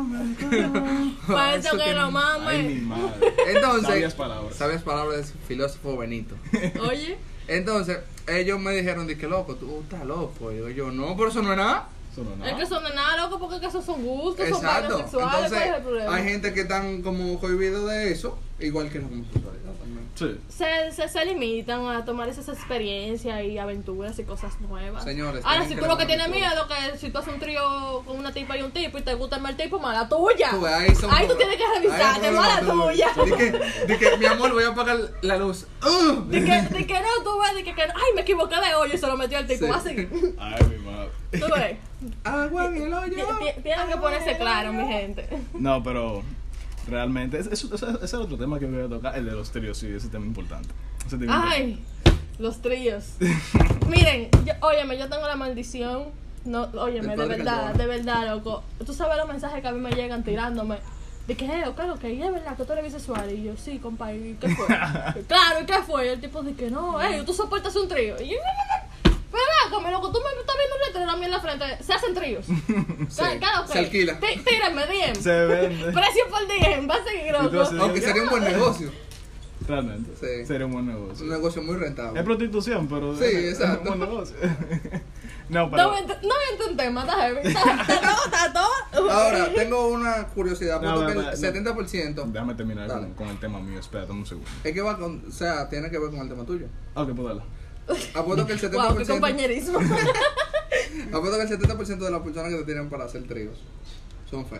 Para eso que lo Ay, mi mames. madre. Entonces, Sabias palabras. del filósofo Benito. Oye, Entonces, ellos me dijeron, dije, loco, tú estás loco. Y yo, no, pero eso no es nada. Eso no es es nada. que eso no es nada, loco, porque que esos son gustos, son vainas Exacto. sexuales. ¿Cuál es el Entonces, problema? hay gente que están como cohibidos de eso, igual que la homosexualidad también. Sí. Se limitan a tomar esas experiencias y aventuras y cosas nuevas. Señores, Ahora, tienen si que tú lo que tomar tienes todo. miedo, que si tú haces un trío con una tipa y un tipo y te gusta más el tipo, mala tuya. Tú ves, ahí son Ahí tú problemas. tienes que Ahí revisarte, hay mala problemas, tuya. Di que, mi amor, voy a apagar la luz. De que no, tú ves, de que ay, me equivoqué de hoyo y se lo metió el tipo. Sí. Va a seguir. Ay, mi madre. Tú ves. Agua en el hoyo. Tienen que ponerse claro, mi gente. No, pero realmente, ese es otro tema que voy a tocar, el de los tríos, sí, ese tema importante. Ese tema Ay, los tríos. Miren, óyeme, yo tengo la maldición. No, óyeme, Del padre Calderón. de verdad, loco. Tú sabes los mensajes que a mí me llegan tirándome. De que, ok, es verdad que tú eres bisexual. Y yo, sí, compa, ¿y qué fue? Claro, ¿y qué fue? Y el tipo dice que no, tú soportas un trío. Y yo, pero como loco, tú me estás viendo un letrero a mí en la frente, se hacen tríos. Sí, Claro, ok. se alquila. Tírenme, DM. Se vende. Precio por DM, va a seguir, Y tú loco. así- Aunque sería un buen negocio. Realmente. Sí. Sería un buen Un negocio. negocio muy rentable. Es prostitución, pero Sí, es exacto. un buen negocio. No, pero... No me intenté, está heavy. Está todo. Ahora, tengo una curiosidad. No, Apuesto que no, el no. 70% Déjame terminar Dale. con el tema mío. Espérate un segundo. es que va con. O sea, tiene que ver con el tema tuyo. Ok, puedo darla. Apuesto que el 70%. Wow, qué compañerismo. Apuesto que el 70% de las personas que te tienen para hacer tríos son feas.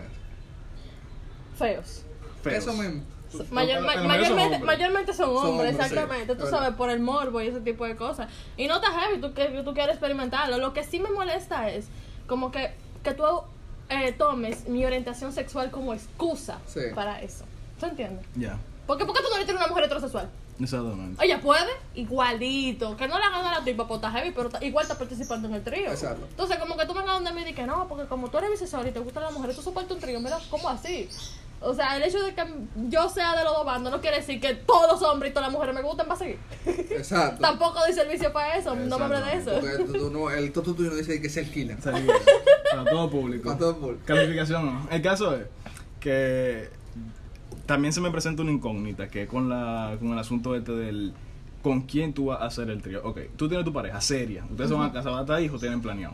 Feos. Feos. Eso mismo. Mayormente son hombres, hombres, exactamente. sí, Tú es sabes, verdad. por el morbo y ese tipo de cosas. Y no está heavy, tú quieres experimentarlo. Lo que sí me molesta es como que tú tomes mi orientación sexual como excusa Sí. para eso. ¿Tú entiendes? Ya. ¿Por qué tú no le tienes una mujer heterosexual? Exactamente. Ella puede, igualito, que no le hagan a la tipa por estar heavy, pero igual está participando en el trío. Exacto. Entonces, como que tú vengas donde me digas que no, porque como tú eres bisexual y te gustan las mujeres, tú soportas un trío, mira, ¿cómo así? O sea, el hecho de que yo sea de los dos bandos no quiere decir que todos los hombres y todas las mujeres me gustan, va a seguir. Exacto. Tampoco doy servicio para eso, no me hables de eso. Porque tú no, el toto tuyo no dice que se alquila. Salida. Para todo público. Para todo el mundo. Calificación no. El caso es que también se me presenta una incógnita, que es con el asunto del con quién tú vas a hacer el trío. Ok, tú tienes tu pareja seria, ustedes se van a casar, van a tener hijos, tienen planeado.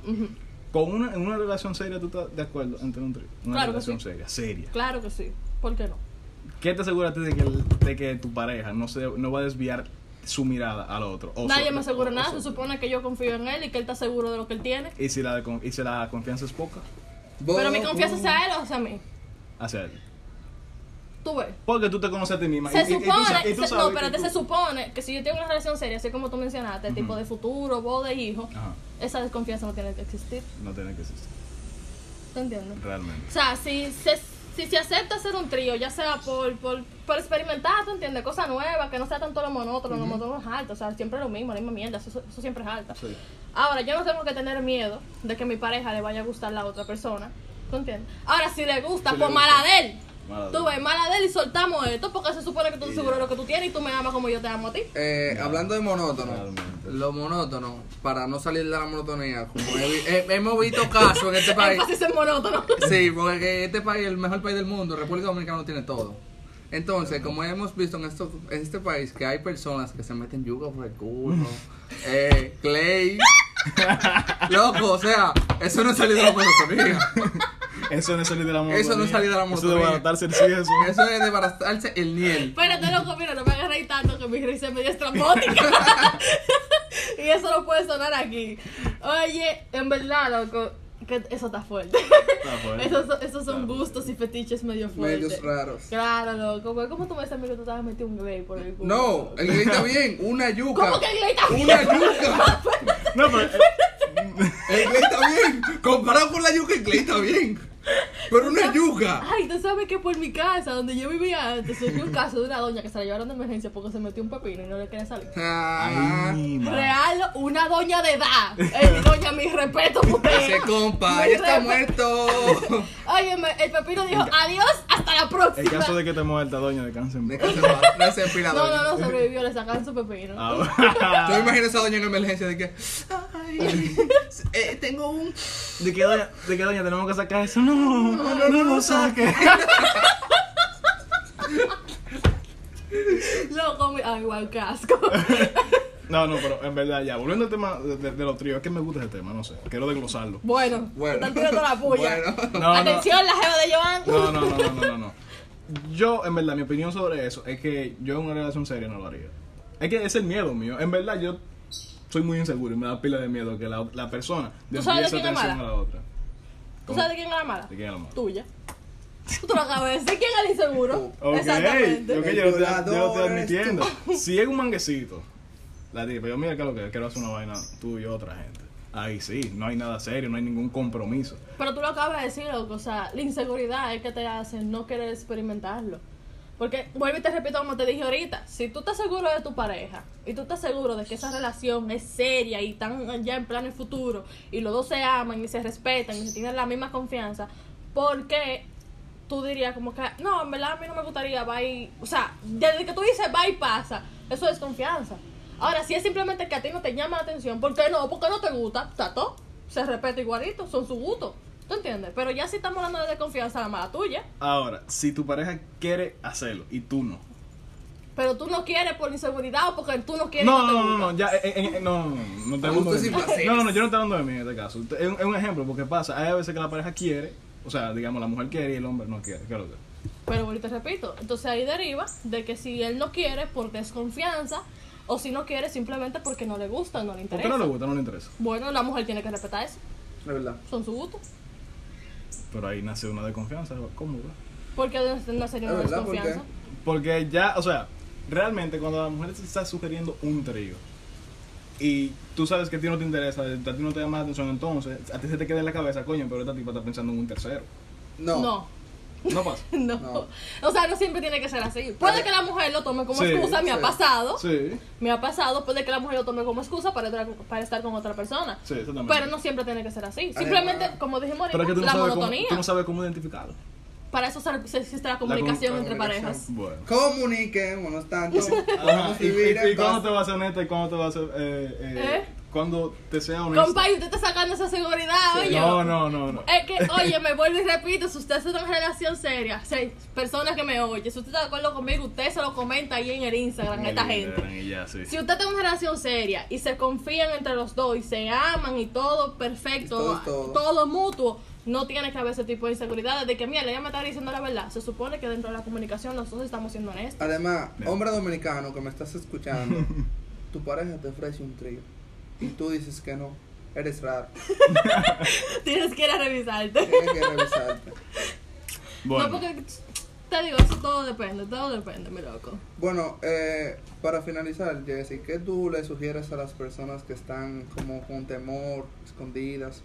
En una relación seria tú estás de acuerdo entre un trío. Una Claro que relación sí. seria. Claro que sí, ¿por qué no? ¿Qué te asegura a ti de que tu pareja no va a desviar su mirada al otro? Nadie me asegura nada, se sobre- supone que yo confío en él y que él está seguro de lo que él tiene. ¿Y si la confianza es poca? Pero mi confianza es a él o sea a mí. Hacia él. Tú ves. Porque tú te conoces a ti misma. Se y tú supone, sabes no, que espérate, tú- se supone que si yo tengo una relación seria, así como tú mencionaste, tipo de futuro, boda de hijo, Ajá, esa desconfianza no tiene que existir. no tiene que existir. ¿Te entiendes? Realmente. O sea, si se acepta hacer un trío, ya sea por experimentar, ¿tú entiendes? Cosas nuevas, que no sea tanto lo monótono, lo monótono es alto, o sea, siempre es lo mismo, la misma mierda, eso siempre es alta. Sí. Ahora, yo no tengo que tener miedo de que a mi pareja le vaya a gustar la otra persona, ¿tú entiendes? Ahora, si le gusta, Si le pues gusta. mala de él. Mala de Tú él. ves, mala de él y soltamos esto porque se supone que tú estás Y seguro de ya. lo que tú tienes y tú me amas como yo te amo a ti. Hablando de monótono, Realmente. lo monótono, para no salir de la monotonía, como hemos visto casos en este país. Énfasis en monótono. Sí, porque este país, el mejor país del mundo, República Dominicana, no tiene todo. Entonces, como hemos visto en este país, que hay personas que se meten yuca por el culo, Clay. Loco, o sea, eso no es salir de la monotonía. Eso no es salir de la monotonía. Eso no es salir de la Eso monotonía. es desbaratarse el sieso. Eso es desbaratarse el miel. Espérate, loco, mira, no me hagas reír tanto que mi risa es medio estrambótica. Y eso no puede sonar aquí. Oye, en verdad, loco, que eso está fuerte. Está fuerte. Esos son gustos y fetiches medio fuertes. Medios raros. Claro, loco. Pues, ¿cómo tú me dices a mí que tú estabas metido un glay por el culo? No, el glay está bien, una yuca. ¿Cómo que el glay está bien? Una yuca. No, pero El glay está bien. Comparado con la yuca, el glay está bien. Pero una yuca. Ay, tú sabes que por mi casa, donde yo vivía antes, surgió un caso de una doña que se la llevaron de emergencia porque se metió un pepino y no le quería salir. Ay, man. Real, una doña de edad. Doña, mi respeto por Ese usted. compa, ya está muerto. Óyeme, el pepino dijo adiós, hasta la próxima. En caso de que te muerta, doña, descanse en De paz. que se va, no se empila, No, doña. sobrevivió, le sacaron su pepino. Ah, ¿Tú imaginas a esa doña en emergencia de que, ay, tengo un... ¿De qué doña tenemos que sacar eso? No lo saques. Loco, ay, guau, qué asco. No, pero en verdad, ya, volviendo al tema de los tríos, es que me gusta ese tema, no sé, quiero desglosarlo. Bueno, Bueno. te están tirando la puya. Bueno. No, Atención, la jeva de Joan. No. Yo, en verdad, mi opinión sobre eso es que yo en una relación seria no lo haría. Es que es el miedo mío. En verdad, yo soy muy inseguro y me da pila de miedo que la persona ¿Tú sabes de desvíe esa quién es atención mala? a la otra. ¿Tú sabes de quién es la mala? ¿De quién es la mala? Tuya. Tú lo acabas de decir. ¿Quién es el inseguro? Ok, Exactamente. ok, El yo lo violador estoy eres admitiendo. Si es un manguecito, la tipa, yo mira que lo que quiero hacer una vaina tú y otra gente. Ahí sí, no hay nada serio, no hay ningún compromiso. Pero tú lo acabas de decir, loco. O sea, la inseguridad es que te hace no querer experimentarlo. Porque, vuelvo y te repito como te dije ahorita, si tú estás seguro de tu pareja y tú estás seguro de que esa relación es seria y están ya en planes futuros y los dos se aman y se respetan y se tienen la misma confianza, ¿por qué tú dirías como que, no, en verdad a mí no me gustaría, va y... O sea, desde que tú dices va y pasa, eso es confianza. Ahora, si es simplemente que a ti no te llama la atención, ¿por qué no? Porque no te gusta, está todo, se respeta igualito, son su gusto. ¿Tú entiendes? Pero ya si estamos hablando de confianza, la mala tuya. Ahora, si tu pareja quiere hacerlo y tú no. Pero tú no quieres por inseguridad o porque tú no quieres. No, ya, no te hablando Gustos de y mí. placeres. No, yo no estoy hablando de mí en este caso. Es un ejemplo, porque pasa, hay veces que la pareja quiere, o sea, digamos, la mujer quiere y el hombre no quiere. ¿Qué es lo que? Pero ahorita repito, entonces ahí deriva de que si él no quiere por desconfianza o si no quiere simplemente porque no le gusta, no le ¿Por interesa. qué no le gusta? No le interesa. Bueno, la mujer tiene que respetar eso, De verdad. son su gusto. Pero ahí nace una desconfianza, ¿cómo? Porque no sería una Es verdad, ¿por desconfianza. Porque ya, o sea, realmente cuando la mujer te está sugiriendo un trío y tú sabes que a ti no te interesa, a ti no te llama la atención, entonces a ti se te queda en la cabeza, coño, pero esta tipa está pensando en un tercero. No. No pasa. No. No. O sea, no siempre tiene que ser así. Puede que la mujer lo tome como Sí, excusa, me ha sí. pasado. Sí, Me ha pasado, puede que la mujer lo tome como excusa para estar con otra persona. sí, exactamente. Pero no siempre tiene que ser así. Simplemente, como dijimos Pero es que ahorita, la monotonía. tú no sabes cómo identificarlo. Para eso existe la comunicación entre comunicación. parejas. Bueno. Comuniquémonos tanto. Ajá, Vamos a vivir en ¿Y cuándo paz. te vas a ser honesta y cuándo te vas a ser... ¿Eh? Cuando te sea honesta? Compa, y usted está sacando esa seguridad, oye. No. Es que, oye, me vuelvo y repito, si usted es una relación seria, personas que me oyen, si usted está de acuerdo conmigo, usted se lo comenta ahí en el Instagram a esta gente. Y ya, sí. Si usted tiene una relación seria y se confían entre los dos y se aman y todo perfecto, Todo. mutuo, no tiene que haber ese tipo de inseguridades de que, mira, ella me está diciendo la verdad. Se supone que dentro de la comunicación nosotros estamos siendo honestos. Además, Bien. hombre dominicano que me estás escuchando, tu pareja te ofrece un trío y tú dices que no, eres raro. Tienes que ir a revisarte. Tienes que revisarte. Bueno, No, porque te digo, eso todo depende, mi loco. Bueno, para finalizar, Jessy, ¿qué tú le sugieres a las personas que están como con temor, escondidas,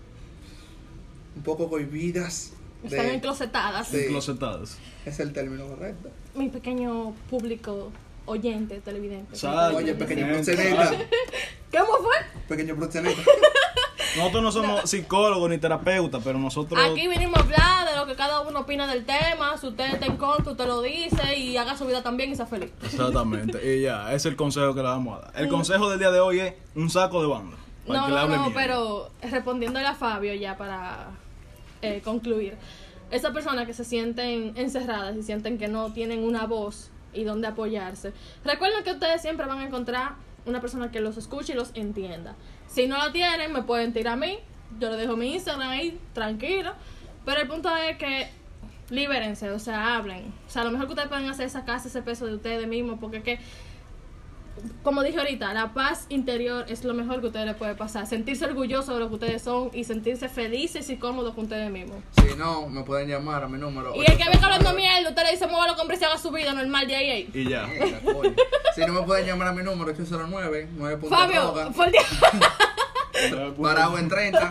un poco cohibidas? Están enclosetadas. Sí. closetadas. Es el término correcto. Mi pequeño público oyente, televidente. Sal. Oye, pequeño Gente, proxeneta. ¿Cómo fue? Pequeño proxeneta. Nosotros no somos psicólogos ni terapeutas, pero nosotros... Aquí vinimos a hablar de lo que cada uno opina del tema. Si usted está en contra, usted lo dice y haga su vida también y sea feliz. Exactamente. Y ya, ese es el consejo que le vamos a dar. El consejo del día de hoy es un saco de banda. Para que le hable mierda. pero respondiéndole a Fabio ya para concluir. Esas personas que se sienten encerradas y sienten que no tienen una voz y dónde apoyarse. Recuerden que ustedes siempre van a encontrar una persona que los escuche y los entienda. Si no la tienen, me pueden tirar a mí. Yo les dejo mi Instagram ahí, tranquilo. Pero el punto es que libérense, o sea, hablen. O sea, lo mejor que ustedes pueden hacer es sacarse ese peso de ustedes mismos, porque es que, como dije ahorita, la paz interior es lo mejor que a ustedes les puede pasar. Sentirse orgullosos de lo que ustedes son y sentirse felices y cómodos con ustedes mismos. Si no, me pueden llamar a mi número. Y el que venga hablando mierda, usted le dice, muévalo con presión a su vida normal de ahí. Y ya. Mierda, coño. Si no me pueden llamar a mi número 809 9 Fabio, por Dios. Parado en 30.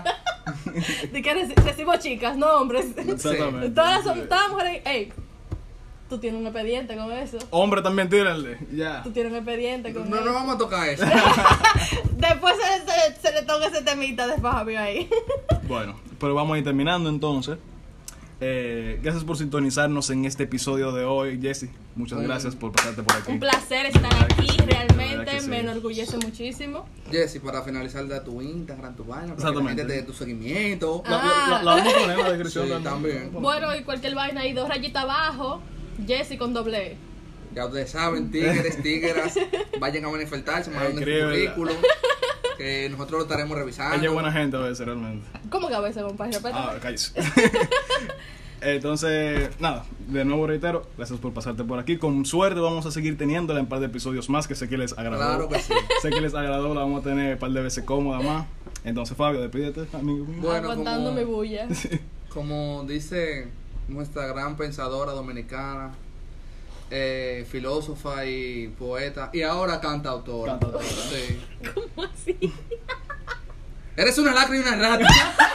De que recibo chicas, no hombres. Exactamente. Todas las mujeres, ey, tú tienes un expediente con eso. Hombre, también tírenle. Ya. Tú tienes un expediente con No eso. vamos a tocar eso. Después se le toca ese temita de Fabio ahí. Bueno, pero vamos a ir terminando entonces. Gracias por sintonizarnos en este episodio de hoy, Jessy. Muchas gracias por pasarte por aquí. Un placer estar aquí, La verdad realmente que sí. me enorgullece muchísimo. Jessy, para finalizar, da tu Instagram, tu vaina, para que la Exactamente. gente te dé tu seguimiento. La vamos a poner en la descripción Sí, también. también. Bueno, y cualquier vaina ahí, 2 rayitas abajo, Jessy con doble E. Ya ustedes saben, tigres, tigras, vayan a manifestarse, manden su Escríbela. currículum, que nosotros lo estaremos revisando. Ella es buena gente a veces, realmente. ¿Cómo que a veces, compadre? Respeta. Cállese. Entonces, nada, de nuevo reitero, gracias por pasarte por aquí. Con suerte vamos a seguir teniéndola en un par de episodios más, que sé que les agradó. Claro que sí. Sé que les agradó, la vamos a tener un par de veces cómoda más. Entonces, Fabio, despídete, amigo mío. Bueno, Aguantando mi bulla. como dice nuestra gran pensadora dominicana, filósofa y poeta, y ahora cantautora. Cantautora. Sí. ¿Cómo así? Eres una lacra y una rata.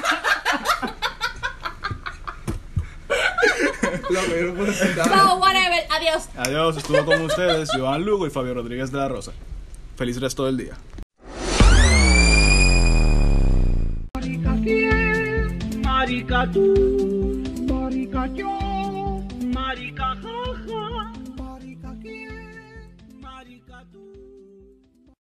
Lo que yo no puedo citar. So, whatever. Adiós. Adiós, estuvo con ustedes Joan Lugo y Fabio Rodríguez de la Rosa. Feliz resto del día. Marica quién, marica tú, marica yo, marica jaja, marica quién, marica tú.